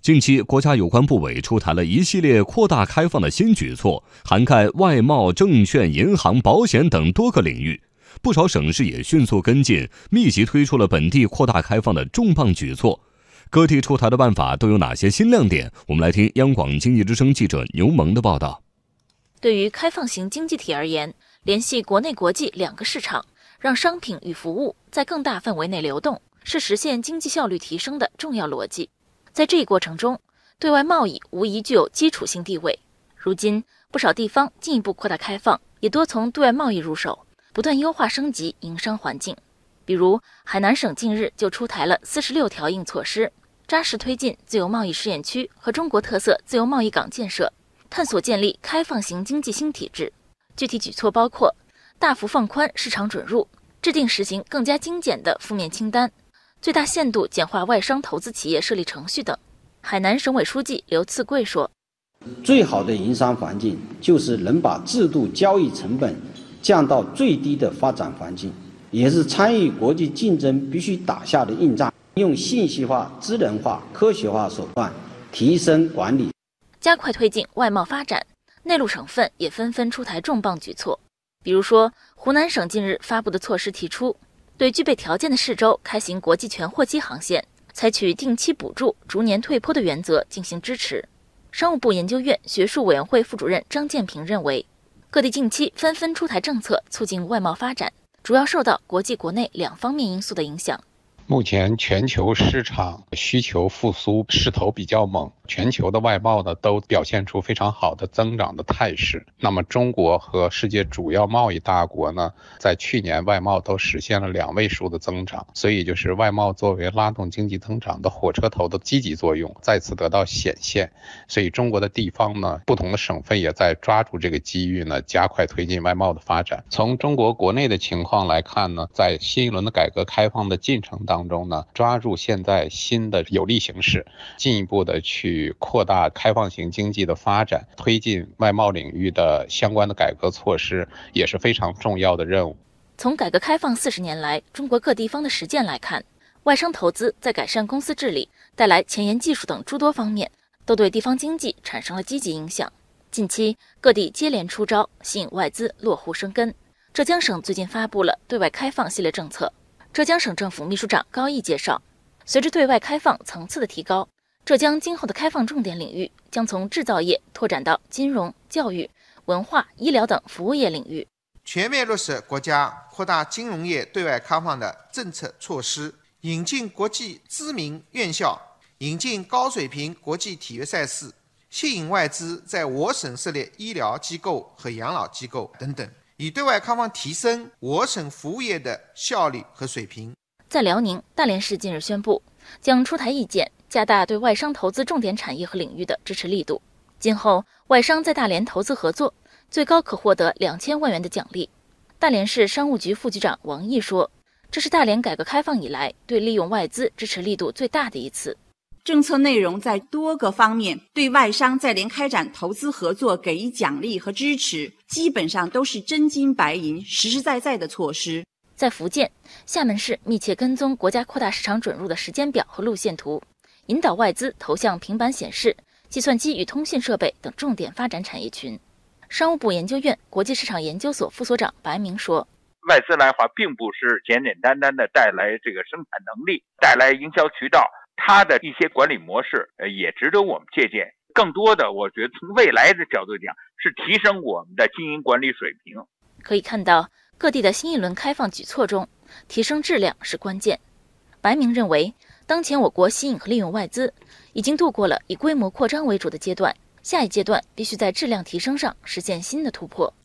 近期，国家有关部委出台了一系列扩大开放的新举措，涵盖外贸、证券、银行、保险等多个领域。不少省市也迅速跟进，密集推出了本地扩大开放的重磅举措。各地出台的办法都有哪些新亮点？我们来听央广经济之声记者牛萌的报道。 对于开放型经济体而言，联系国内国际两个市场，让商品与服务在更大范围内流动，是实现经济效率提升的重要逻辑。在这一过程中，对外贸易无疑具有基础性地位。如今，不少地方进一步扩大开放，也多从对外贸易入手，不断优化升级营商环境。比如，海南省近日就出台了46条硬措施，扎实推进自由贸易试验区和中国特色自由贸易港建设，探索建立开放型经济新体制。具体举措包括大幅放宽市场准入，制定实行更加精简的负面清单，最大限度简化外商投资企业设立程序等。海南省委书记刘赐贵说， 最好的营商环境就是能把制度交易成本降到最低的发展环境，也是参与国际竞争必须打下的硬仗，用信息化、智能化、科学化手段提升管理， 加快推进外贸发展。内陆省份也纷纷出台重磅举措，比如说湖南省近日发布的措施提出，对具备条件的市州开行国际全货机航线，采取定期补助、逐年退坡的原则进行支持。商务部研究院学术委员会副主任张建平认为，各地近期纷纷出台政策促进外贸发展，主要受到国际国内两方面因素的影响。 目前全球市场需求复苏势头比较猛，全球的外贸呢都表现出非常好的增长的态势。那么中国和世界主要贸易大国呢，在去年外贸都实现了2位数的增长，所以就是外贸作为拉动经济增长的火车头的积极作用再次得到显现。所以中国的地方呢，不同的省份也在抓住这个机遇呢，加快推进外贸的发展。从中国国内的情况来看呢，在新一轮的改革开放的进程当中呢，抓住现在新的有利形势，进一步的去扩大开放型经济的发展，推进外贸领域的相关的改革措施，也是非常重要的任务。 从改革开放40年来，中国各地方的实践来看，外商投资在改善公司治理、带来前沿技术等诸多方面，都对地方经济产生了积极影响。近期各地接连出招，吸引外资落户生根。浙江省最近发布了对外开放系列政策。浙江省政府秘书长高毅介绍，随着对外开放层次的提高，浙江今后的开放重点领域将从制造业拓展到金融、教育、文化、医疗等服务业领域， 全面落实国家扩大金融业对外开放的政策措施，引进国际知名院校，引进高水平国际体育赛事，吸引外资在我省设立医疗机构和养老机构等等，以对外开放提升我省服务业的效率和水平。 在辽宁，大连市近日宣布，将出台意见，加大对外商投资重点产业和领域的支持力度。今后，外商在大连投资合作，最高可获得2000万元的奖励。大连市商务局副局长王毅说，这是大连改革开放以来对利用外资支持力度最大的一次。 政策内容在多个方面对外商在连开展投资合作给予奖励和支持，基本上都是真金白银、实实在在的措施。 在福建，厦门市密切跟踪国家扩大市场准入的时间表和路线图，引导外资投向平板显示、计算机与通信设备等重点发展产业群。商务部研究院国际市场研究所副所长白明说， 外资来华并不是简简单单的带来这个生产能力，带来营销渠道，它的一些管理模式也值得我们借鉴。更多的我觉得从未来的角度讲，是提升我们的经营管理水平。 可以看到，各地的新一轮开放举措中，提升质量是关键。白明认为，当前我国吸引和利用外资已经度过了以规模扩张为主的阶段，下一阶段必须在质量提升上实现新的突破。